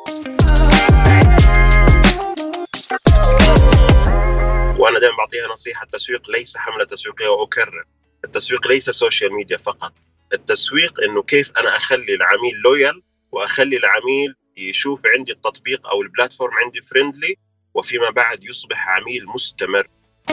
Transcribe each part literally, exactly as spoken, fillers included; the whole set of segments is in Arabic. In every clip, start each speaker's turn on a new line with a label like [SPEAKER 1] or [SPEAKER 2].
[SPEAKER 1] وأنا دائما بعطيها نصيحة: التسويق ليس حملة تسويقية. وأكرر، التسويق ليس سوشيال ميديا فقط. التسويق إنه كيف أنا أخلي العميل لويال، وأخلي العميل يشوف عندي التطبيق أو البلاتفورم عندي فريندلي، وفيما بعد يصبح عميل مستمر.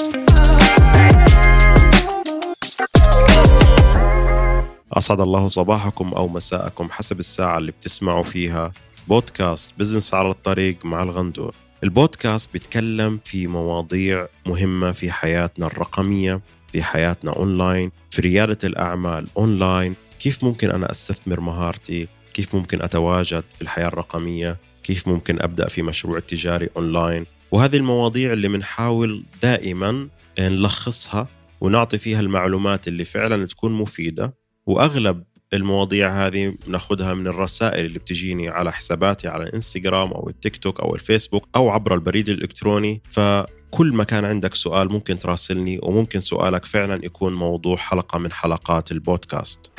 [SPEAKER 2] أسعد الله صباحكم أو مساءكم حسب الساعة اللي بتسمعوا فيها بودكاست بزنس على الطريق مع الغندور. البودكاست بيتكلم في مواضيع مهمة في حياتنا الرقمية، في حياتنا أونلاين، في ريادة الأعمال أونلاين، كيف ممكن أنا أستثمر مهارتي، كيف ممكن أتواجد في الحياة الرقمية، كيف ممكن أبدأ في مشروع تجاري أونلاين. وهذه المواضيع اللي منحاول دائما نلخصها ونعطي فيها المعلومات اللي فعلا تكون مفيدة. وأغلب المواضيع هذه ناخدها من الرسائل اللي بتجيني على حساباتي على الانستغرام أو التيك توك أو الفيسبوك أو عبر البريد الإلكتروني. فكل ما كان عندك سؤال ممكن تراسلني، وممكن سؤالك فعلا يكون موضوع حلقة من حلقات البودكاست.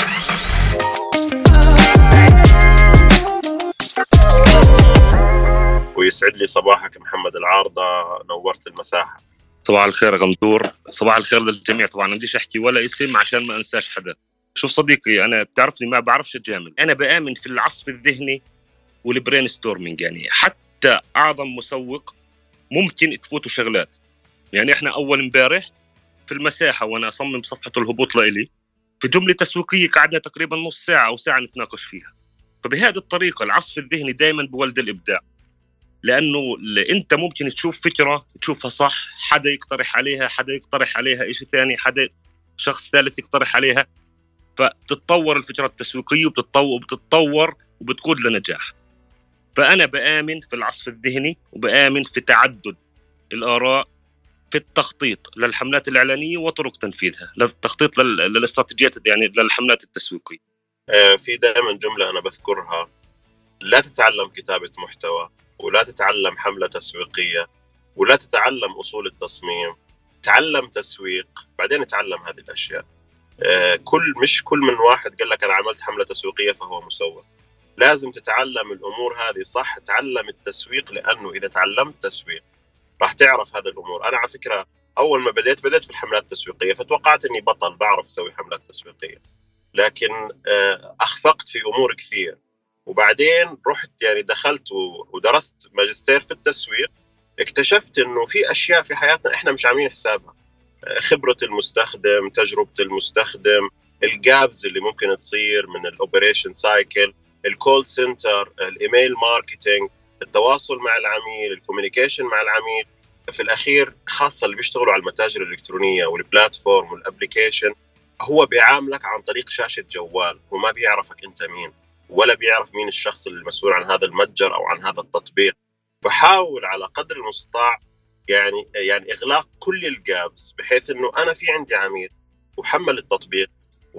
[SPEAKER 1] ويسعد لي صباحك محمد العارضة، نورت المساحة.
[SPEAKER 3] صباح الخير غندور، صباح الخير للجميع. طبعا ما بديش أحكي ولا اسم عشان ما أنساش حدا. شوف صديقي، أنا بتعرفني ما بعرفش أتجامل، أنا بآمن في العصف الذهني والبرين ستورمينج. يعني حتى أعظم مسوق ممكن تفوتوا شغلات. يعني إحنا أول امبارح في المساحة وأنا أصمم صفحة الهبوط لإلي، في جملة تسويقية قعدنا تقريبا نص ساعة أو ساعة نتناقش فيها. فبهذه الطريقة العصف الذهني دائما بولد الإبداع، لأنه أنت ممكن تشوف فكرة تشوفها صح، حدا يقترح عليها، حدا يقترح عليها إشي تاني، حدا شخص ثالث يقترح عليها، فبتتطور الفكرة التسويقية وبتتطور وبتتطور وبتقود لنجاح. فأنا بآمن في العصف الذهني، وبآمن في تعدد الآراء في التخطيط للحملات الإعلانية وطرق تنفيذها، للتخطيط للاستراتيجيات يعني للحملات التسويقية.
[SPEAKER 1] في دائما جملة أنا بذكرها: لا تتعلم كتابة محتوى، ولا تتعلم حملة تسويقية، ولا تتعلم أصول التصميم. تعلم تسويق بعدين تعلم هذه الأشياء. كل مش كل من واحد قال لك أنا عملت حملة تسويقية فهو مسوق. لازم تتعلم الأمور هذه صح. تعلم التسويق، لأنه إذا تعلمت تسويق راح تعرف هذه الأمور. أنا على فكرة أول ما بديت بديت في الحملات التسويقية، فتوقعت أني بطل بعرف أسوي حملات تسويقية، لكن أخفقت في أمور كثير. وبعدين رحت يعني دخلت ودرست ماجستير في التسويق، اكتشفت أنه في أشياء في حياتنا إحنا مش عاملين حسابها. خبرة المستخدم، تجربة المستخدم، الجابز اللي ممكن تصير من الأوبريشن سايكل، الكول سنتر، الإيميل ماركتينج، التواصل مع العميل، الكوميونيكيشن مع العميل. في الأخير خاصة اللي بيشتغلوا على المتاجر الإلكترونية والبلاتفورم والأبليكيشن، هو بيعاملك عن طريق شاشة جوال، وما بيعرفك أنت مين، ولا بيعرف مين الشخص المسؤول عن هذا المتجر أو عن هذا التطبيق. فحاول على قدر المستطاع يعني يعني إغلاق كل الجابس، بحيث إنه أنا في عندي عميل وحمل التطبيق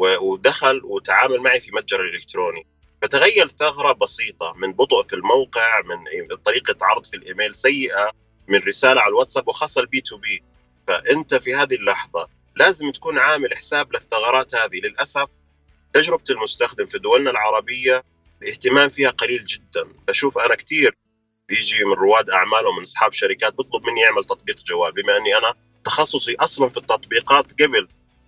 [SPEAKER 1] ودخل وتعامل معي في متجر الإلكتروني، فتغير ثغرة بسيطة من بطء في الموقع، من طريقة عرض في الإيميل سيئة، من رسالة على الواتساب، وخاصة البي تو بي. فأنت في هذه اللحظة لازم تكون عامل حساب للثغرات هذه. للأسف تجربة المستخدم في دولنا العربية الاهتمام فيها قليل جدا. بشوف أنا كتير بيجي من رواد أعمال ومن أصحاب شركات بطلب مني يعمل تطبيق جوال، بما أني أنا تخصصي أصلا في التطبيقات قبل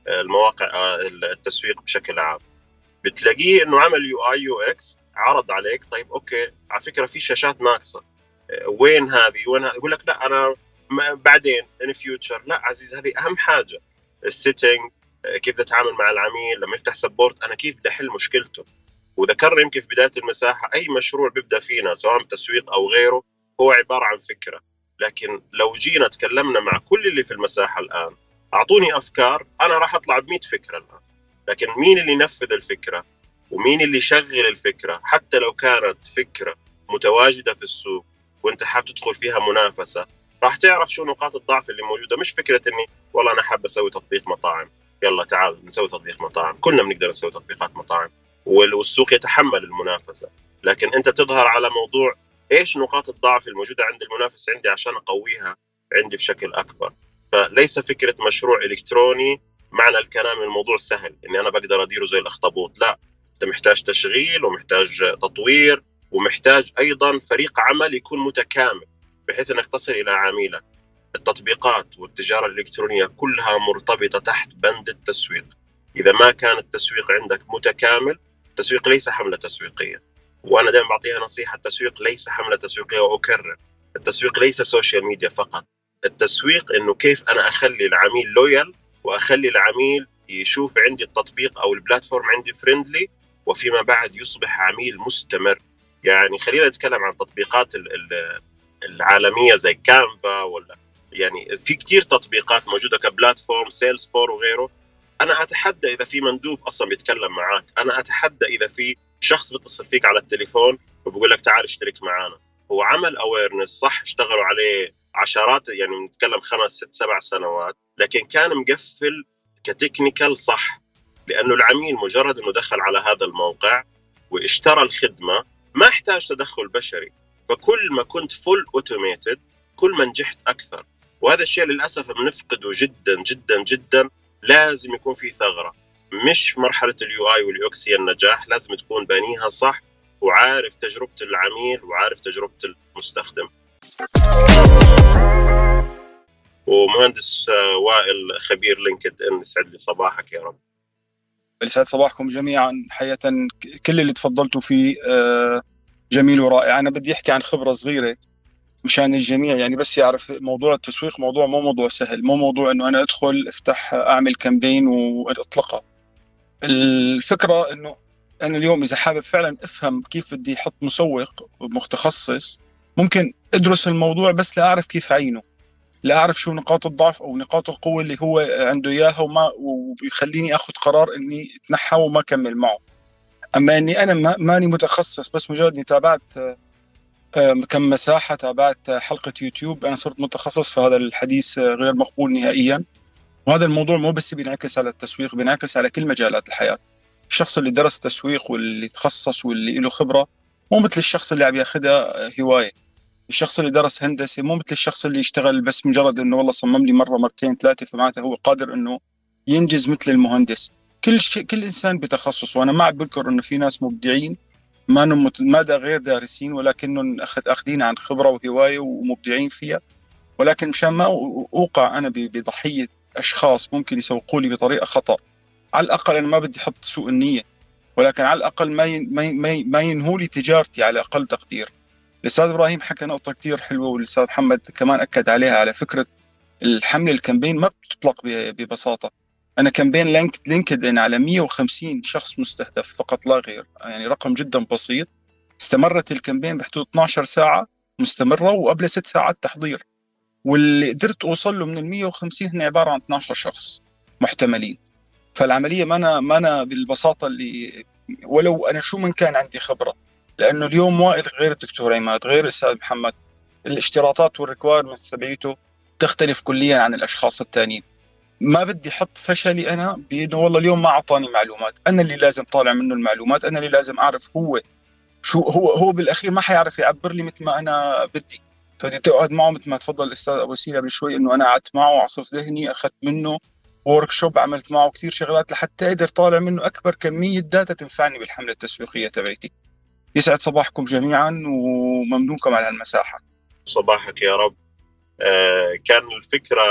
[SPEAKER 1] المواقع التسويق بشكل عام. بتلاقيه إنه عمل يو آي يو إكس، عرض عليك طيب أوكي على فكرة في شاشات ناقصة، وين هذه وين هذه؟ يقول لك لا أنا بعدين in future. لا عزيز، هذه أهم حاجة. السيتنج، كيف تتعامل مع العميل لما يفتح سبورت، أنا كيف بدي أحل مشكلته. وذكرنا يمكن في بداية المساحة أي مشروع بيبدأ فينا سواء تسويق أو غيره هو عبارة عن فكرة. لكن لو جينا تكلمنا مع كل اللي في المساحة الآن، أعطوني أفكار، أنا راح أطلع بمئة فكرة الآن، لكن مين اللي ينفذ الفكرة ومين اللي يشغل الفكرة؟ حتى لو كانت فكرة متواجدة في السوق وانت حاب تدخل فيها منافسة، راح تعرف شو نقاط الضعف اللي موجودة. مش فكرة اني والله انا حاب اسوي تطبيق مطاعم، يلا تعال نسوي تطبيق مطاعم. كلنا بنقدر نسوي تطبيقات مطاعم والسوق يتحمل المنافسة، لكن انت تظهر على موضوع ايش نقاط الضعف الموجودة عند المنافس عندي عشان اقويها عندي بشكل اكبر. فليس فكرة مشروع الكتروني معنى الكلام الموضوع سهل اني انا بقدر اديره زي الاخطبوط. لا، انت محتاج تشغيل ومحتاج تطوير ومحتاج أيضا فريق عمل يكون متكامل بحيث أنك تصل إلى عميلك. التطبيقات والتجارة الإلكترونية كلها مرتبطة تحت بند التسويق. إذا ما كان التسويق عندك متكامل، التسويق ليس حملة تسويقية. وأنا دائما بعطيها نصيحة: التسويق ليس حملة تسويقية. وأكرر، التسويق ليس سوشيال ميديا فقط. التسويق إنه كيف أنا أخلي العميل لويال، وأخلي العميل يشوف عندي التطبيق أو البلاتفورم عندي فريندلي، وفيما بعد يصبح عميل مستمر. يعني خلينا نتكلم عن تطبيقات العالمية زي كانفا، ولا يعني في كتير تطبيقات موجودة كبلاتفورم، سيلز فور وغيره. أنا أتحدى إذا في مندوب أصلا بيتكلم معاك، أنا أتحدى إذا في شخص بيتصل فيك على التليفون وبيقول لك تعال اشترك معانا. هو عمل أويرنس صح، اشتغلوا عليه عشرات، يعني نتكلم خمس ست سبع سنوات، لكن كان مقفل كتكنيكال صح، لأنه العميل مجرد أنه دخل على هذا الموقع واشترى الخدمة ما احتاج تدخل بشري. فكل ما كنت فول اوتوميتد كل ما نجحت أكثر، وهذا الشيء للأسف بنفقده جدا جدا جدا. لازم يكون في ثغرة، مش مرحلة اليو آي واليو إكس هي النجاح، لازم تكون بانيها صح وعارف تجربة العميل وعارف تجربة المستخدم. ومهندس وائل خبير لينكد إن، يسعد لي صباحك يا رب.
[SPEAKER 4] يسعد صباحكم جميعا. حقيقة كل اللي تفضلتوا فيه جميل ورائع. أنا بدي أحكي عن خبرة صغيرة مشان الجميع يعني بس يعرف موضوع التسويق موضوع مو موضوع سهل، مو موضوع إنه أنا أدخل أفتح أعمل كامبين وأطلقها. الفكرة إنه أنا اليوم إذا حابب فعلا أفهم كيف بدي أحط مسوق متخصص، ممكن أدرس الموضوع بس لا أعرف كيف أعينه، لا أعرف شو نقاط الضعف أو نقاط القوة اللي هو عنده إياها، وما وبيخليني أخذ قرار إني أتنحى وما أكمل معه. أما إني أنا ما ماني متخصص، بس مجرد إني تابعت كم مساحة، تابعت حلقة يوتيوب، أنا صرت متخصص، فهذا الحديث غير مقبول نهائيا. وهذا الموضوع مو بس بينعكس على التسويق، بينعكس على كل مجالات الحياة. الشخص اللي درس تسويق واللي تخصص واللي له خبرة مو مثل الشخص اللي عم ياخدها هواية. الشخص اللي درس هندسة مو مثل الشخص اللي يشتغل بس مجرد إنه والله صمم لي مرة مرتين ثلاثة فمعناته هو قادر إنه ينجز مثل المهندس. كل شيء، كل إنسان بتخصص. وأنا ما بذكر إنه في ناس مبدعين ما نم ماذا غير دارسين، ولكنهم أخذ أخذين عن خبرة وهواية ومبدعين فيها. ولكن مشان ما أوقع أنا بضحية أشخاص ممكن يسوقوا لي بطريقة خطأ، على الأقل أنا ما بدي أحط سوء النية، ولكن على الأقل ما ين ما ما ينهوا لي تجارتي على أقل تقدير. الأستاذ إبراهيم حكى نقطة كتير حلوة، والأستاذ محمد كمان أكد عليها، على فكرة الحملة الكامبين ما بتطلق ببساطة. أنا كامبين لينكد إن على مية وخمسين شخص مستهدف فقط لا غير، يعني رقم جدا بسيط. استمرت الكامبين بحدود اثنتي عشرة ساعة مستمرة، وقبل ست ساعات تحضير. واللي قدرت أوصل له من ال مية وخمسين هن عبارة عن اثني عشر شخص محتملين. فالعملية ما أنا ما أنا بالبساطة اللي ولو أنا شو من كان عندي خبرة، لأنه اليوم وائل غير الدكتور عماد غير الأستاذ محمد، الاشتراطات والريكوايرمنتس تبعيته تختلف كليا عن الأشخاص التانيين. ما بدي أحط فشلي أنا بأنه والله اليوم ما أعطاني معلومات، أنا اللي لازم طالع منه المعلومات، أنا اللي لازم أعرف هو شو هو هو بالأخير ما حيعرف يعبر لي مثل ما أنا بدي. فبدي تقعد معه مثل ما تفضل الأستاذ أبو سينا قبل شوي، إنه أنا قعدت معه وعصف ذهني، أخذت منه وورك شوب، عملت معه كتير شغلات لحتى أقدر طالع منه أكبر كمية داتا تنفعني بالحملة التسويقية تبعتي. يسعد صباحكم جميعا وممنونكم على المساحة.
[SPEAKER 1] صباحك يا رب. آه كان الفكرة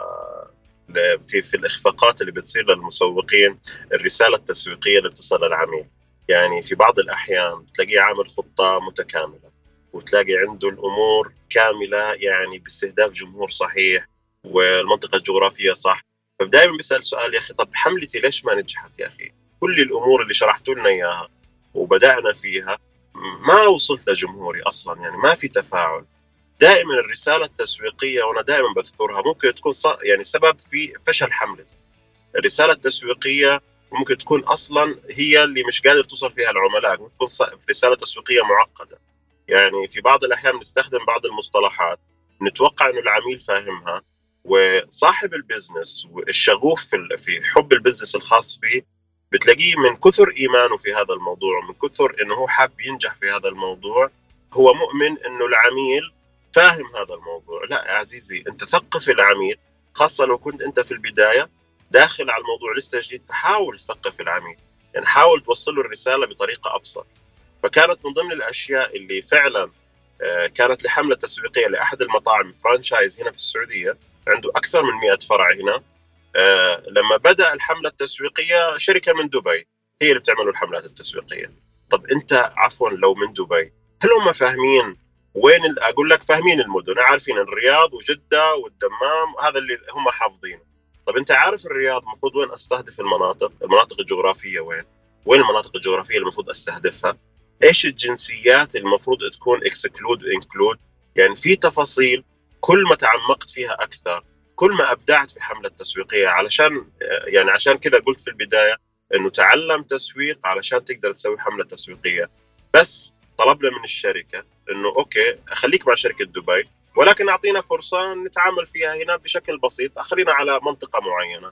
[SPEAKER 1] في في الإخفاقات اللي بتصير للمسوقين، الرسالة التسويقية اللي بتصل للعميل. يعني في بعض الأحيان تلاقيه عامل خطة متكاملة وتلاقي عنده الأمور كاملة، يعني باستهداف جمهور صحيح والمنطقة الجغرافية صح. فدائما بيسأل سؤال: يا أخي طب حملتي ليش ما نجحت يا أخي؟ كل الأمور اللي شرحتوا لنا إياها وبدأنا فيها ما وصلت لجمهوري أصلا، يعني ما في تفاعل. دائما الرسالة التسويقية، وأنا دائما بذكرها، ممكن تكون يعني سبب في فشل حملتي. الرسالة التسويقية ممكن تكون أصلا هي اللي مش قادر توصل فيها العملاء، ممكن تكون رسالة تسويقية معقدة. يعني في بعض الأحيان نستخدم بعض المصطلحات نتوقع أنه العميل فاهمها، وصاحب البزنس والشغوف في حب البزنس الخاص فيه بتلاقيه من كثر إيمانه في هذا الموضوع ومن كثر أنه هو حاب ينجح في هذا الموضوع، هو مؤمن أنه العميل فاهم هذا الموضوع. لا يا عزيزي، أنت ثقف العميل، خاصة لو كنت أنت في البداية داخل على الموضوع لسه جديد، فحاول تثقف العميل، يعني حاول توصل له الرسالة بطريقة أبسط. فكانت من ضمن الاشياء اللي فعلا كانت لحمله تسويقيه لاحد المطاعم فرانشايز هنا في السعوديه، عنده اكثر من مئة فرع هنا. لما بدا الحمله التسويقيه شركه من دبي هي اللي بتعمل الحملات التسويقيه. طب انت عفوا لو من دبي، هل هم فاهمين وين؟ اقول لك فاهمين المدن، عارفين الرياض وجده والدمام، هذا اللي هم حافظينه. طب انت عارف الرياض المفروض وين استهدف المناطق المناطق الجغرافيه، وين وين المناطق الجغرافيه اللي المفروض استهدفها؟ ايش الجنسيات المفروض تكون اكسكلود انكلود؟ يعني في تفاصيل كل ما تعمقت فيها اكثر كل ما ابدعت في حمله تسويقيه. علشان يعني عشان كذا قلت في البدايه انه تعلم تسويق علشان تقدر تسوي حمله تسويقيه. بس طلبنا من الشركه انه اوكي خليك مع شركه دبي، ولكن اعطينا فرصه نتعامل فيها هنا بشكل بسيط، خلينا على منطقه معينه.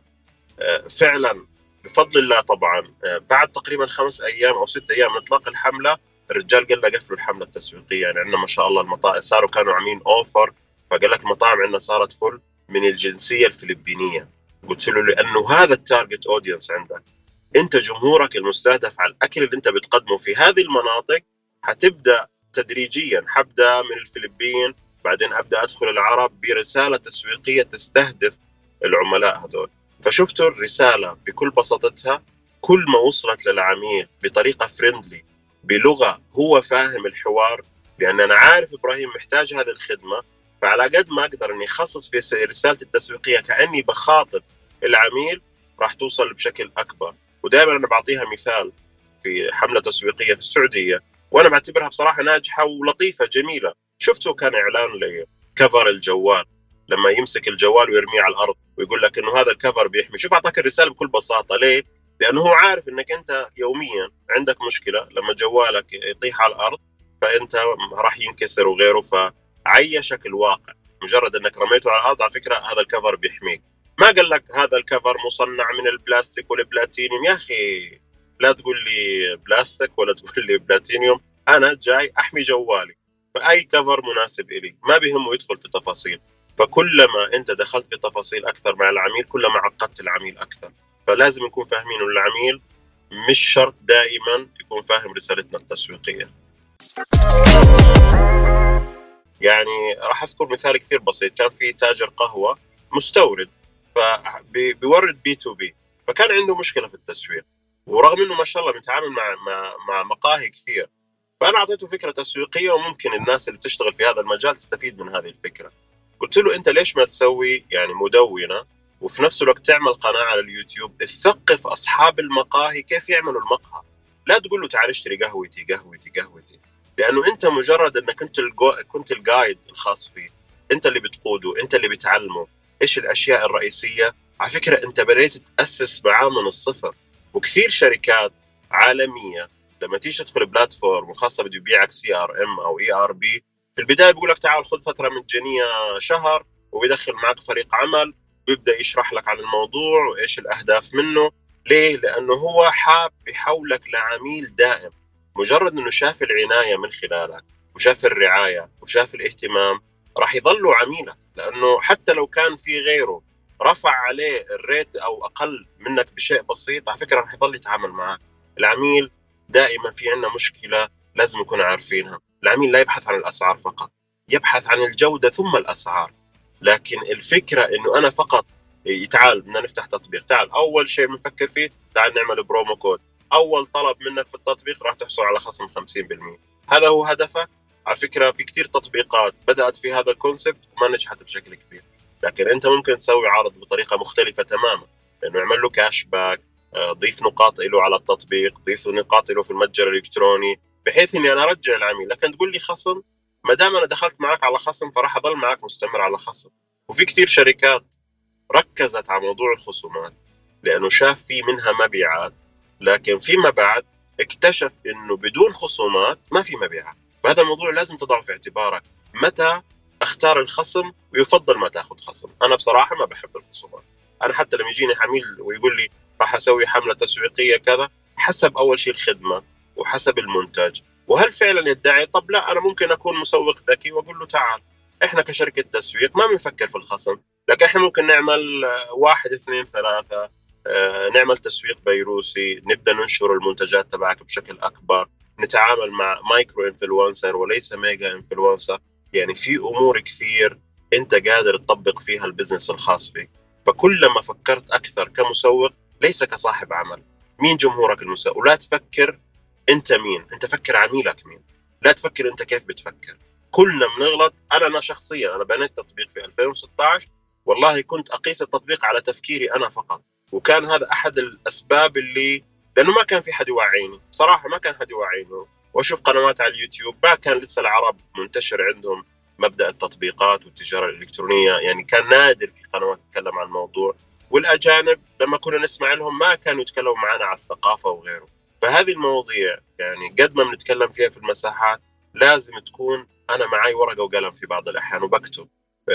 [SPEAKER 1] فعلا بفضل الله طبعا بعد تقريبا خمس ايام او ست ايام من اطلاق الحمله الرجال قال لنا قفلوا الحمله التسويقيه. يعني عندنا ما شاء الله المطاعم صاروا كانوا عاملين اوفر، فقال لك المطاعم عندنا صارت فل من الجنسيه الفلبينيه. قلت له لانه هذا التارجت اودينس عندك، انت جمهورك المستهدف على الاكل اللي انت بتقدمه في هذه المناطق. حتبدا تدريجيا، حبدا من الفلبين، بعدين ابدا ادخل العرب برساله تسويقيه تستهدف العملاء هذول. فشفتوا الرساله بكل بساطتها، كل ما وصلت للعميل بطريقه فريندلي بلغه هو فاهم الحوار، لان انا عارف ابراهيم محتاج هذه الخدمه، فعلى قد ما اقدر اني اخصص في رسالتي التسويقيه كاني بخاطب العميل راح توصل بشكل اكبر. ودائما انا بعطيها مثال في حمله تسويقيه في السعوديه وانا بعتبرها بصراحه ناجحه ولطيفه جميله. شفتوا كان اعلان لكفر الجوال، لما يمسك الجوال ويرميه على الارض ويقول لك انه هذا الكفر بيحمي. شوف اعطاك الرساله بكل بساطه. ليه؟ لانه هو عارف انك انت يوميا عندك مشكله لما جوالك يطيح على الارض فانت راح ينكسر وغيره، فعيشك الواقع. مجرد انك رميته على الارض على فكره هذا الكفر بيحميك. ما قال لك هذا الكفر مصنع من البلاستيك والبلاتينيوم. يا اخي لا تقول لي بلاستيك ولا تقول لي بلاتينيوم، انا جاي احمي جوالي، فاي كفر مناسب الي ما بيهمه يدخل في تفاصيل. فكلما انت دخلت في تفاصيل اكثر مع العميل كلما عقدت العميل اكثر. فلازم نكون فاهمين ان العميل مش شرط دائما يكون فاهم رسالتنا التسويقيه. يعني راح اذكر مثال كثير بسيط. كان في تاجر قهوه مستورد فبيورد بي تو بي، فكان عنده مشكله في التسويق، ورغم انه ما شاء الله بيتعامل مع مع مع مقاهي كثير. فانا اعطيته فكره تسويقيه وممكن الناس اللي بتشتغل في هذا المجال تستفيد من هذه الفكره. قلت له انت ليش ما تسوي يعني مدونه وفي نفس الوقت تعمل قناه على اليوتيوب تثقف اصحاب المقاهي كيف يعملوا المقهى. لا تقول له تعال اشتري قهوتي قهوتي قهوتي، لانه انت مجرد انك كنت الجو... كنت الجايد الخاص فيه، انت اللي بتقوده، انت اللي بتعلمه ايش الاشياء الرئيسيه. على فكره انت بديت تاسس معاه من الصفر. وكثير شركات عالميه لما تيجي تدخل بلاتفورم وخاصه بده يبيعك سي ار ام او اي ار بي، في البدايه بيقول لك تعال خذ فتره مجانيه شهر، وبيدخل معك فريق عمل ويبدا يشرح لك عن الموضوع وايش الاهداف منه. ليه؟ لانه هو حاب يحولك لعميل دائم. مجرد انه شاف العنايه من خلالك وشاف الرعايه وشاف الاهتمام راح يظلوا عميلك، لانه حتى لو كان في غيره رفع عليه الريت او اقل منك بشيء بسيط على فكره راح يظل يتعامل معك. العميل دائما في عندنا مشكله لازم نكون عارفينها. العميل لا يبحث عن الاسعار فقط، يبحث عن الجوده ثم الاسعار. لكن الفكره انه انا فقط تعال بدنا نفتح تطبيق، تعال اول شيء بنفكر فيه تعال نعمل برومو كود، اول طلب منك في التطبيق راح تحصل على خصم خمسين بالمئة. هذا هو هدفك. على فكره في كثير تطبيقات بدات في هذا الكونسبت وما نجحت بشكل كبير، لكن انت ممكن تسوي عرض بطريقه مختلفه تماما، انه يعمل له كاش باك، ضيف نقاط له على التطبيق، ضيف نقاط له في المتجر الالكتروني، بحيث اني انا ارجع العميل. لكن تقول لي خصم، ما دام انا دخلت معك على خصم فراح اضل معك مستمر على خصم. وفي كثير شركات ركزت على موضوع الخصومات لانه شاف في منها مبيعات، لكن فيما بعد اكتشف انه بدون خصومات ما في مبيعات. فهذا الموضوع لازم تضعه في اعتبارك. متى اختار الخصم ويفضل ما تاخذ خصم؟ انا بصراحه ما بحب الخصومات. انا حتى لما يجيني عميل ويقول لي راح اسوي حمله تسويقيه كذا، حسب اول شيء الخدمه وحسب المنتج وهل فعلا يدعي. طب لا، انا ممكن اكون مسوق ذكي واقول له تعال احنا كشركه تسويق ما بنفكر في الخصم، لكن احنا ممكن نعمل واحد اثنين ثلاثه، نعمل تسويق فيروسي، نبدا ننشر المنتجات تبعك بشكل اكبر، نتعامل مع مايكرو انفلونسر وليس ميجا انفلونسر. يعني في امور كثير انت قادر تطبق فيها البزنس الخاص فيك. فكلما فكرت اكثر كمسوق ليس كصاحب عمل، مين جمهورك المسوق، ولا تفكر انت مين، انت فكر عميلك مين، لا تفكر انت كيف بتفكر. كلنا بنغلط. انا انا شخصيا انا بنيت تطبيق في ألفين وستة عشر، والله كنت اقيس التطبيق على تفكيري انا فقط، وكان هذا احد الاسباب اللي لانه ما كان في حد يوعيني صراحه، ما كان حد يوعيني. واشوف قنوات على اليوتيوب، ما كان لسه العرب منتشر عندهم مبدا التطبيقات والتجاره الالكترونيه، يعني كان نادر في قنوات تتكلم عن الموضوع. والاجانب لما كنا نسمع لهم ما كانوا يتكلموا معنا على الثقافه وغيره. فهذه المواضيع يعني قد ما بنتكلم فيها في المساحات لازم تكون انا معي ورقه وقلم في بعض الاحيان وبكتب.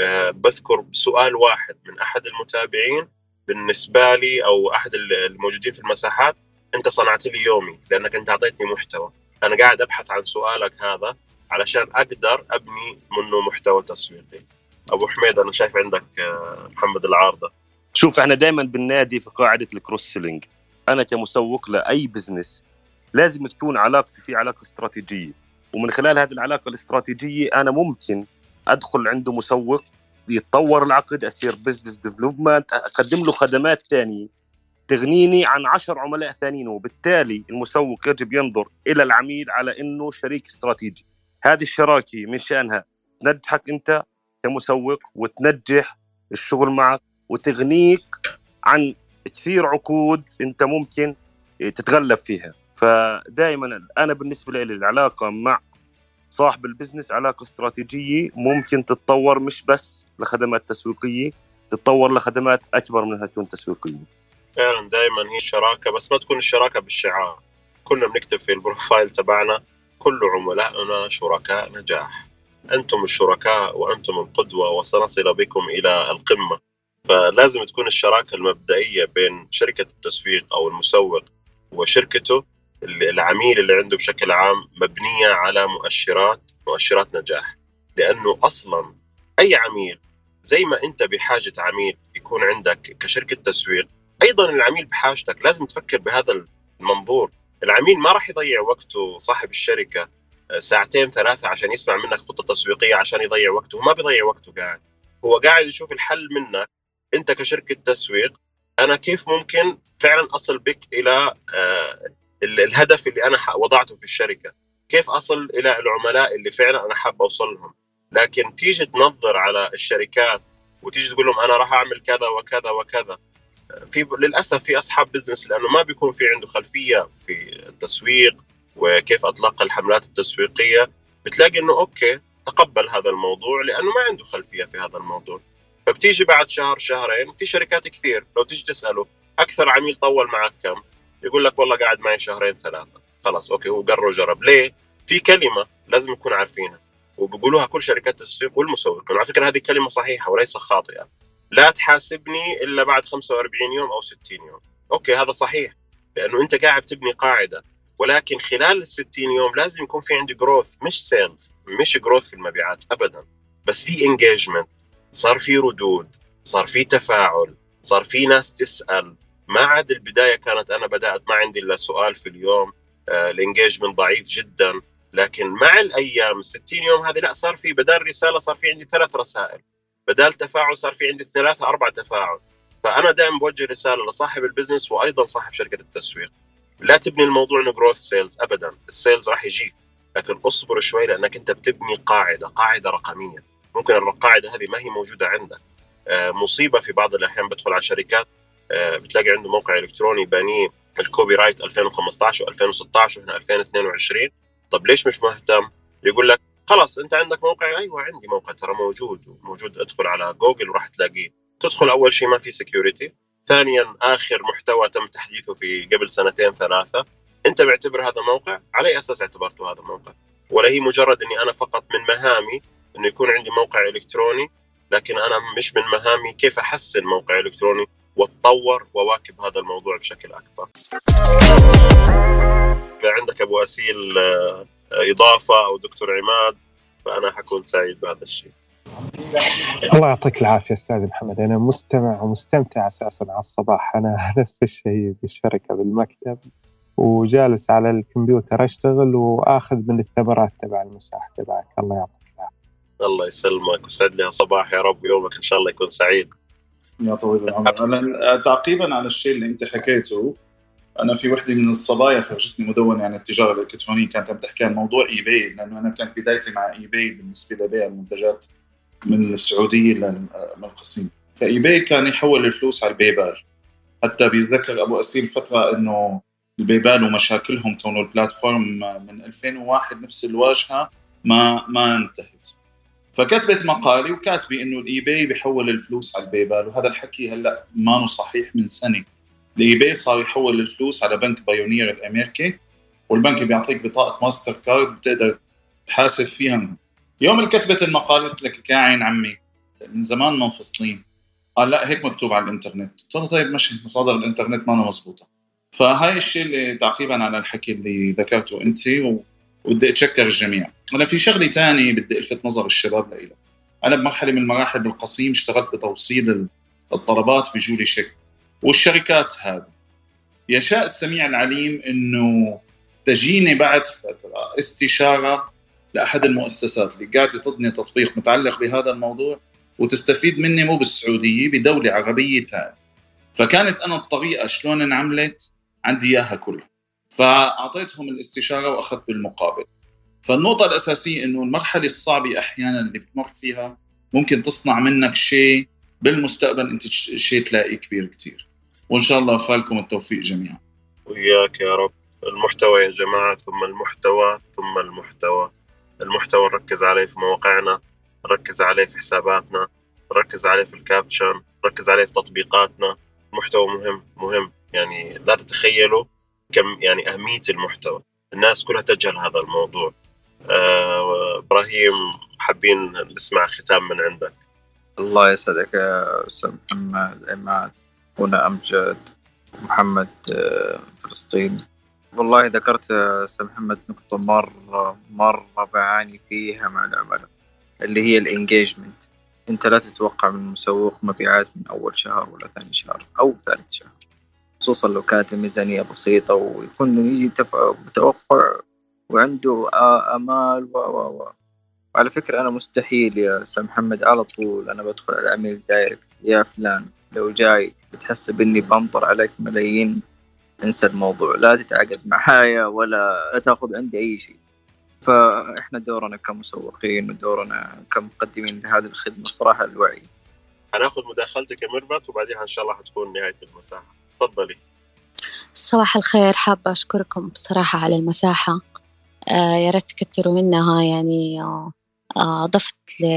[SPEAKER 1] بذكر سؤال واحد من احد المتابعين بالنسبه لي او احد الموجودين في المساحات: انت صنعت لي يومي لانك انت اعطيتني محتوى. انا قاعد ابحث عن سؤالك هذا علشان اقدر ابني منه محتوى تسويقي. ابو حميد انا شايف عندك محمد العارضه.
[SPEAKER 3] شوف، احنا دائما بالنادي في قاعده الكروس سيلينج. انا كمسوق لاي بزنس لازم تكون علاقتي في علاقه استراتيجيه، ومن خلال هذه العلاقه الاستراتيجيه انا ممكن ادخل عنده مسوق يتطور العقد، أصير بزنس ديفلوبمنت، أقدم له خدمات تانية تغنيني عن عشر عملاء ثانيين. وبالتالي المسوق يجب ينظر إلى العميل على إنه شريك استراتيجي. هذه الشراكة من شأنها تنجحك أنت كمسوق وتنجح الشغل معك وتغنيك عن كثير عقود أنت ممكن تتغلب فيها. فدائما أنا بالنسبة لي العلاقة مع صاحب البزنس علاقة استراتيجية ممكن تتطور مش بس لخدمات تسويقية، تتطور لخدمات أكبر منها تكون تسويقية.
[SPEAKER 1] فعلا دائما هي شراكة، بس ما تكون الشراكة بالشعار. كنا بنكتب في البروفايل تبعنا: كل عملائنا شركاء نجاح، أنتم الشركاء وأنتم القدوة وسنصل بكم إلى القمة. فلازم تكون الشراكة المبدئية بين شركة التسويق أو المسوق وشركته، العميل اللي عنده بشكل عام، مبنية على مؤشرات مؤشرات نجاح. لأنه أصلا أي عميل زي ما أنت بحاجة عميل يكون عندك كشركة تسويق، أيضا العميل بحاجتك. لازم تفكر بهذا المنظور. العميل ما راح يضيع وقته صاحب الشركة ساعتين ثلاثة عشان يسمع منك خطة تسويقية عشان يضيع وقته. هو ما بيضيع وقته، قاعد هو قاعد يشوف الحل منك أنت كشركة تسويق. أنا كيف ممكن فعلا أصل بك إلى آه الهدف اللي أنا وضعته في الشركة، كيف أصل إلى العملاء اللي فعلا أنا حاب أوصل لهم. لكن تيجي تنظر على الشركات وتيجي تقول لهم أنا راح أعمل كذا وكذا وكذا. في للأسف في أصحاب بزنس لأنه ما بيكون في عنده خلفية في التسويق وكيف أطلق الحملات التسويقية، بتلاقي إنه أوكي تقبل هذا الموضوع لأنه ما عنده خلفية في هذا الموضوع. فبتيجي بعد شهر شهرين في شركات كثير لو تيجي تسأله أكثر عميل طول معك كم، يقول لك والله قاعد معي شهرين ثلاثة. خلاص أوكي، هو قرر وجرب. ليه؟ في كلمة لازم يكون عارفينها وبيقولوها كل شركات التسويق والمسوقين، على فكرة هذه كلمة صحيحة وليس خاطئة: لا تحاسبني إلا بعد خمسة وأربعين يوم أو ستين يوم. أوكي هذا صحيح لأنه أنت قاعد تبني قاعدة، ولكن خلال الستين يوم لازم يكون في عندي جروث، مش سيلز، مش جروث في المبيعات أبدا، بس في انجيجمنت، صار في ردود، صار في تفاعل، صار في ناس تسأل. ما عاد البداية كانت أنا بدأت ما عندي إلا سؤال في اليوم، آه الانجيجمنت ضعيف جدا. لكن مع الأيام ستين يوم هذه لا، صار في بدال رسالة صار في عندي ثلاث رسائل، بدال تفاعل صار في عندي ثلاثة أربعة تفاعل. فأنا دائما بوجه رسالة لصاحب البزنس وأيضا صاحب شركة التسويق: لا تبني الموضوع إنه جروث سيلز أبدا. السيلز راح يجيك، لكن أصبر شوي لأنك أنت بتبني قاعدة قاعدة رقمية. ممكن القاعدة هذه ما هي موجودة عندك. آه مصيبة في بعض الأحيان بدخل على شركات آه بتلاقي عنده موقع إلكتروني بانيه الكوبي رايت ألفين وخمسة عشر وألفين وستة عشر وهنا ألفين واثنين وعشرين. طب ليش مش مهتم؟ يقول لك خلاص أنت عندك موقع. أيوة عندي موقع ترى موجود موجود ادخل على جوجل وراح تلاقيه. تدخل أول شيء ما في سيكيورتي، ثانيا آخر محتوى تم تحديثه في قبل سنتين ثلاثة. أنت بعتبر هذا موقع على أساس اعتبرته هذا موقع، ولا هي مجرد أني أنا فقط من مهامي أنه يكون عندي موقع إلكتروني، لكن أنا مش من مهامي كيف أحسن موقع إلكتروني واتطور وواكب هذا الموضوع بشكل أكثر. إذا عندك أبو أسيل إضافة أو دكتور عماد فأنا حكون سعيد بهذا الشيء.
[SPEAKER 5] الله يعطيك العافية أستاذ محمد. أنا مستمع ومستمتع أساساً على الصباح. أنا نفس الشيء بالشركة بالمكتب، وجالس على الكمبيوتر أشتغل وآخذ من الثمرات تبع المساحة تبعك. الله يعطيك العافية.
[SPEAKER 1] الله يسلمك وسعد لي الصباح يا رب، يومك إن شاء الله يكون سعيد
[SPEAKER 6] يا طويل العمر. أنا تعقيبا على الشيء اللي أنت حكيته، أنا في وحدة من الصبايا فرجتني مدونة عن التجارة الإلكترونية كانت بتحكي عن موضوع إي باي، لأنه أنا كانت بدايتي مع إي باي بالنسبة لبيع المنتجات من السعودية للقصيم. فإي باي كان يحول الفلوس على البايبال، حتى بيتذكر أبو أسيل فترة إنه البايبال ومشاكلهم كونه البلاتفورم من ألفين وواحد نفس الواجهة ما ما انتهت. فكتبت مقالي وكاتبي إنه الإي باي بيحول الفلوس على البايبال، وهذا الحكي هلأ ما صحيح. من سنة الإي باي صار يحول الفلوس على بنك بايونير الأمريكي، والبنك بيعطيك بطاقة ماستر كارد بتقدر تحاسب فيها. يوم اللي كتبت المقالة قلت لك يا عين عمي من زمان منفصلين. قال لا هيك مكتوب على الإنترنت. قلت له طيب ماشي، مصادر الإنترنت ما أنا مزبوطة. فهاي الشيء اللي تعقيبا على الحكي اللي ذكرته أنت، وبدي أتشكر الجميع. أنا في شغلة تاني بدي ألفت نظر الشباب لإله. أنا بمرحلة من المراحل بالقصيم اشتغلت بتوصيل الطلبات بجولي شيك، والشركات هذه يشاء السميع العليم إنه تجيني بعد فترة استشارة لأحد المؤسسات اللي قاعدة تبني تطبيق متعلق بهذا الموضوع وتستفيد مني مو بالسعودية بدولة عربية تانية. فكانت أنا الطريقة شلون انعملت عندي إياها كلها، فأعطيتهم الاستشارة وأخذت بالمقابل. فالنقطة الأساسية إنه المرحلة الصعبة أحيانا اللي بتمر فيها ممكن تصنع منك شيء بالمستقبل أنت شيء تلاقي كبير كتير. وإن شاء الله فالكم التوفيق جميعا.
[SPEAKER 1] وياك يا رب. المحتوى يا جماعة، ثم المحتوى ثم المحتوى. المحتوى نركز عليه في مواقعنا، نركز عليه في حساباتنا، نركز عليه في الكابشن، نركز عليه في تطبيقاتنا. المحتوى مهم مهم، يعني لا تتخيلوا كم يعني أهمية المحتوى. الناس كلها تجهل هذا الموضوع. آه، إبراهيم حابين نسمع ختام من عندك.
[SPEAKER 7] الله يسعدك يا أستاذ محمد إيمان، هنا أمجد محمد فلسطين. والله ذكرت أستاذ محمد نقطة مرة مرة بعاني فيها مع العملاء، اللي هي الانجيجمنت. أنت لا تتوقع من مسوق مبيعات من أول شهر ولا ثاني شهر أو ثالث شهر، خصوصا لو كانت الميزانية بسيطة ويكون يجي بتوقع وعنده آمال و و و وعلى فكرة أنا مستحيل يا أستاذ محمد على طول أنا بدخل على العميل دايركت يا فلان لو جاي بتحسب إني بمطر عليك ملايين، انسى الموضوع، لا تتعاقد معايا ولا لا تأخذ عندي أي شيء. فإحنا دورنا كمسوقين ودورنا كمقدمين لهذه الخدمة صراحة الوعي.
[SPEAKER 1] هناخذ مداخلتك يا مربط وبعدها إن شاء الله حتكون نهاية المساحة. تفضلي.
[SPEAKER 8] صباح الخير، حابة أشكركم بصراحة على المساحة. آه يا ريت تكتروا منها، يعني آه آه ضفت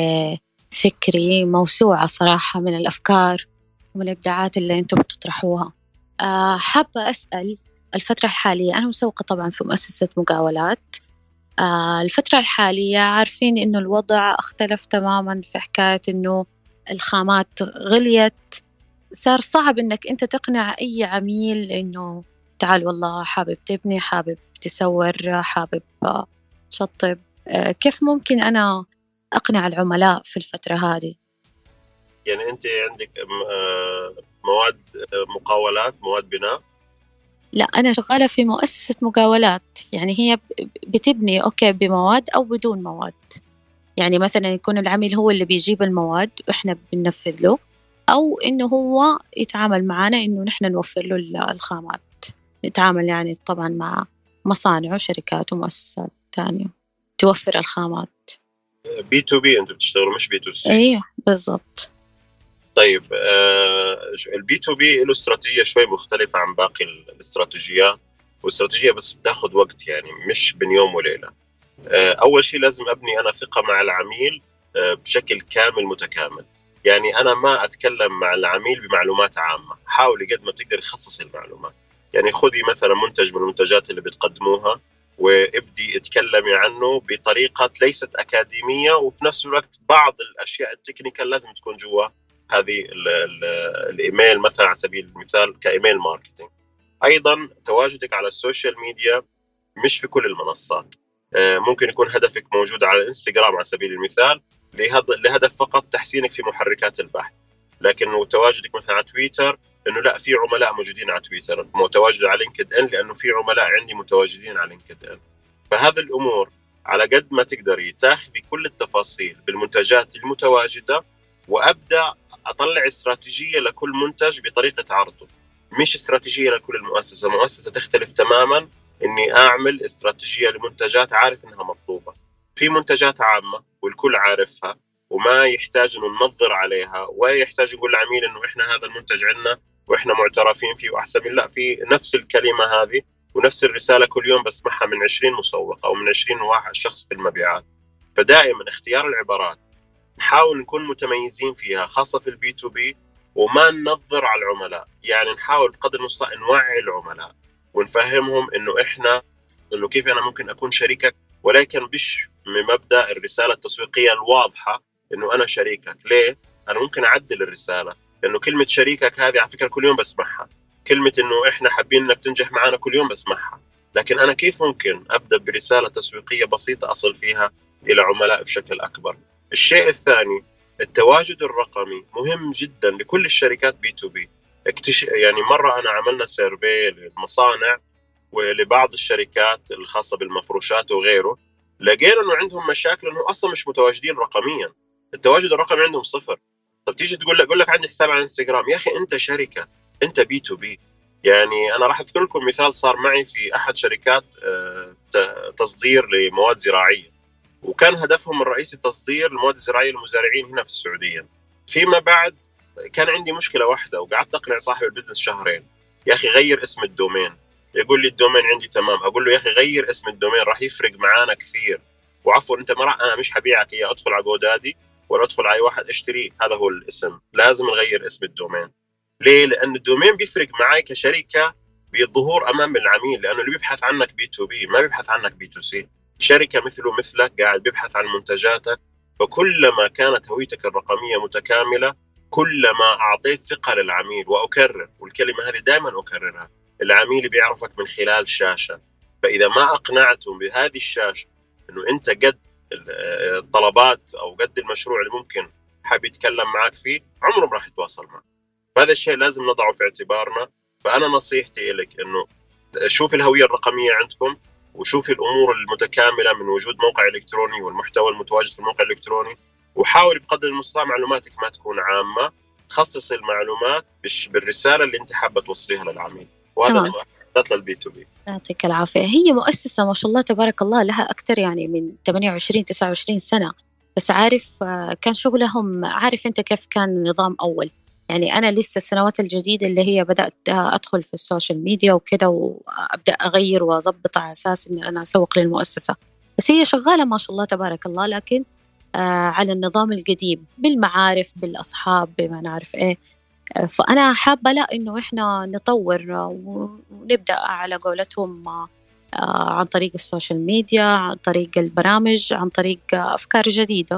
[SPEAKER 8] لفكري موسوعة صراحة من الأفكار ومن الإبداعات اللي أنتم بتطرحوها. آه حابة أسأل، الفترة الحالية أنا مسوقة طبعا في مؤسسة مقاولات. آه الفترة الحالية عارفين إنه الوضع اختلف تماما في حكاية إنه الخامات غليت، صار صعب إنك أنت تقنع أي عميل إنه تعال والله حابب تبني، حابب تسور، حابب تشطب. آه كيف ممكن أنا أقنع العملاء في الفترة هذه؟
[SPEAKER 1] يعني أنت عندك مواد مقاولات، مواد بناء؟
[SPEAKER 8] لا، أنا شغالة في مؤسسة مقاولات، يعني هي بتبني أوكي بمواد أو بدون مواد. يعني مثلا يكون العميل هو اللي بيجيب المواد وإحنا بننفذ له، أو إنه هو يتعامل معنا إنه نحن نوفر له الخامات. نتعامل يعني طبعا مع مصانع وشركات ومؤسسات تانية توفر الخامات.
[SPEAKER 1] بي تو بي أنتوا بتشتغلوا مش بي تو سي؟
[SPEAKER 8] أيه بالضبط.
[SPEAKER 1] طيب آه البي تو بي له استراتيجية شوي مختلفة عن باقي الاستراتيجيات، واستراتيجية بس بتاخد وقت، يعني مش بين يوم وليلة. آه أول شيء لازم أبني أنا ثقة مع العميل آه بشكل كامل متكامل. يعني أنا ما أتكلم مع العميل بمعلومات عامة، حاولي قد ما تقدر خصص المعلومات. يعني خذي مثلا منتج من المنتجات اللي بتقدموها وابدي اتكلمي عنه بطريقة ليست أكاديمية، وفي نفس الوقت بعض الأشياء التكنيكال لازم تكون جوا هذه ال ال الإيميل مثلا على سبيل المثال كإيميل ماركتينج. أيضا تواجدك على السوشيال ميديا مش في كل المنصات. ممكن يكون هدفك موجود على الانستغرام على سبيل المثال لهدف فقط تحسينك في محركات البحث، لكن تواجدك مثلا على تويتر انه لا في عملاء موجودين على تويتر، متواجد على لينكد ان لانه في عملاء عندي متواجدين على لينكد ان. فهذا الامور على قد ما تقدري تاخذي كل التفاصيل بالمنتجات المتواجده، وابدا اطلع استراتيجيه لكل منتج بطريقه عرضه، مش استراتيجيه لكل المؤسسه. مؤسسه تختلف تماما اني اعمل استراتيجيه لمنتجات عارف انها مطلوبه. في منتجات عامه والكل عارفها وما يحتاج انه ننظر عليها، ولا يحتاج يقول للعميل انه احنا هذا المنتج عندنا واحنا معترفين فيه واحسن من، لا، في نفس الكلمه هذه ونفس الرساله كل يوم بسمعها من عشرين مسوق او من عشرين واحد شخص في المبيعات. فدائما اختيار العبارات نحاول نكون متميزين فيها، خاصه في البي تو بي، وما ننظر على العملاء. يعني نحاول بقدر المستطاع نوعي العملاء ونفهمهم انه احنا انه كيف انا ممكن اكون شريكك، ولكن مش من مبدا الرساله التسويقيه الواضحه انه انا شريكك. ليه؟ انا ممكن اعدل الرساله، لانه كلمه شريكك هذه على فكره كل يوم بسمعها، كلمه انه احنا حابين انك تنجح معنا كل يوم بسمعها. لكن انا كيف ممكن ابدا برساله تسويقيه بسيطه اصل فيها الى عملاء بشكل اكبر؟ الشيء الثاني، التواجد الرقمي مهم جدا لكل الشركات بي تو بي. اكتش... يعني مره انا عملنا سيرفي للمصانع ولبعض الشركات الخاصه بالمفروشات وغيره، لقينا انه عندهم مشاكل انه اصلا مش متواجدين رقميا، التواجد الرقمي عندهم صفر. طب تيجي تقول لك، اقول لك عندي حساب على انستغرام، يا اخي انت شركه، انت بي تو بي. يعني انا راح اذكر لكم مثال صار معي في احد شركات تصدير لمواد زراعيه، وكان هدفهم الرئيسي تصدير المواد الزراعيه للمزارعين هنا في السعوديه. فيما بعد كان عندي مشكله واحده، وقعدت اقنع صاحب البزنس شهرين، يا اخي غير اسم الدومين. يقول لي الدومين عندي تمام، اقول له يا اخي غير اسم الدومين راح يفرق معانا كثير، وعفوا انت ما راح، انا مش حبيعك اياه ادخل على جودادي ولا ادخل على اي واحد اشتريه، هذا هو الاسم، لازم نغير اسم الدومين. ليه؟ لان الدومين بيفرق معي كشركه بالظهور امام العميل، لانه اللي بيبحث عنك بي تو بي ما بيبحث عنك بي تو سي. شركه مثله مثلك قاعد بيبحث عن منتجاتك، فكلما كانت هويتك الرقميه متكامله كلما اعطيت ثقه للعميل. واكرر، والكلمه هذه دائما اكررها، العميل بيعرفك من خلال شاشه، فاذا ما اقنعتهم بهذه الشاشه انه انت قد الطلبات او قد المشروع اللي ممكن حاب يتكلم معك فيه، عمره ما راح يتواصل معك. فهذا الشيء لازم نضعه في اعتبارنا. فانا نصيحتي لك انه شوف الهويه الرقميه عندكم، وشوفي الامور المتكامله من وجود موقع الكتروني والمحتوى المتواجد في الموقع الالكتروني، وحاول بقدر المستطاع معلوماتك ما تكون عامه، خصص المعلومات بالرساله اللي انت حابه توصليها للعميل. وهذا تطلع البي تو بي.
[SPEAKER 8] يعطيك العافيه. هي مؤسسه ما شاء الله تبارك الله لها اكثر يعني من ثمانية وعشرين تسعة وعشرين سنه، بس عارف كان شغلهم، عارف انت كيف كان النظام اول. يعني انا لسه السنوات الجديده اللي هي بدات ادخل في السوشيال ميديا وكذا، وابدا اغير واضبط على اساس ان انا اسوق للمؤسسه، بس هي شغاله ما شاء الله تبارك الله، لكن آه على النظام القديم بالمعارف بالاصحاب بما نعرف ايه. فأنا حابة لا إنه إحنا نطور ونبدأ على قولتهم عن طريق السوشيال ميديا، عن طريق البرامج، عن طريق أفكار جديدة.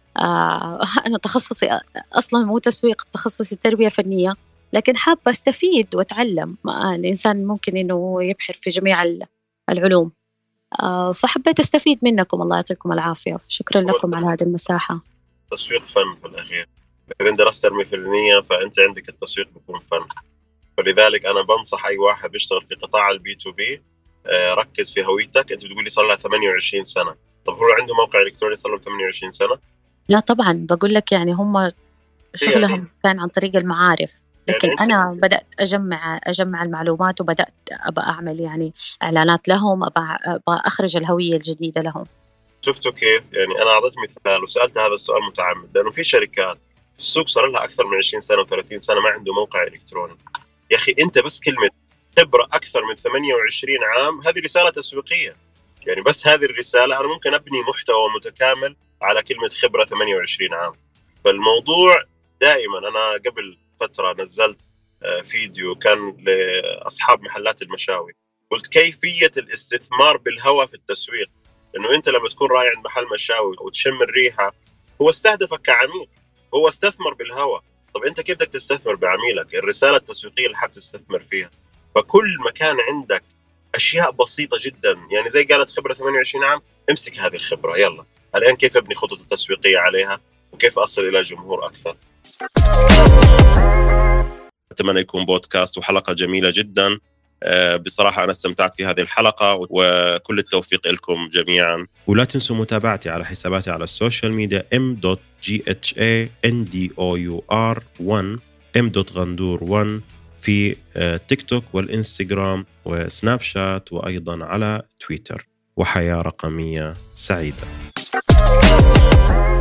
[SPEAKER 8] أنا تخصصي أصلاً مو تسويق، تخصصي تربية فنية، لكن حابة أستفيد وأتعلم. الإنسان ممكن إنه يبحر في جميع العلوم، فحبيت أستفيد منكم. الله يعطيكم العافية، شكرا لكم على هذه المساحة.
[SPEAKER 1] تسويق فن في الأخير، إذا درست تربية فنية فأنت عندك التسويق بيكون فن. فلذلك أنا بنصح أي واحد بيشتغل في قطاع البي تو بي، ركز في هويتك. أنت بتقولي صار لها ثمانية وعشرين سنة، طب هو عنده موقع إلكتروني صار له ثمانية وعشرين سنة؟
[SPEAKER 8] لا طبعا، بقول لك يعني هم شغلهم يعني كان عن طريق المعارف، لكن يعني أنا بدأت أجمع أجمع المعلومات، وبدأت أبقى أعمل يعني إعلانات لهم، أبقى, أبقى أخرج الهوية الجديدة لهم.
[SPEAKER 1] شفتوا كيف؟ يعني أنا أعطيت مثال وسألت هذا السؤال متعمد، لأنه في شركات في السوق صار لها أكثر من عشرين سنة وثلاثين سنة ما عنده موقع إلكتروني. يا أخي أنت بس كلمة خبرة أكثر من ثمانية وعشرين عام، هذه رسالة تسويقية. يعني بس هذه الرسالة أنا ممكن أبني محتوى متكامل على كلمة خبرة ثمانية وعشرين عام. فالموضوع دائما، أنا قبل فترة نزلت فيديو كان لأصحاب محلات المشاوي، قلت كيفية الاستثمار بالهواء في التسويق. إنه أنت لما تكون رايح عند محل مشاوي وتشم الريحة، هو استهدفك كعميل، هو استثمر بالهواء. طب أنت كيف بدك تستثمر بعميلك؟ الرسالة التسويقية اللي حاب تستثمر فيها. فكل ما كان عندك أشياء بسيطة جدا، يعني زي قالت خبرة ثمانية وعشرين عام، امسك هذه الخبرة، يلا الآن كيف أبني خطط التسويقية عليها وكيف أصل إلى جمهور أكثر.
[SPEAKER 2] أتمنى يكون بودكاست وحلقة جميلة جدا. بصراحة أنا استمتعت في هذه الحلقة، وكل التوفيق لكم جميعا. ولا تنسوا متابعتي على حساباتي على السوشيال ميديا ام دوت جي اتش اي ان دي او يو ار واحد ام دوت غندور واحد في تيك توك والإنستغرام وسناب شات، وأيضا على تويتر. وحياة رقمية سعيدة.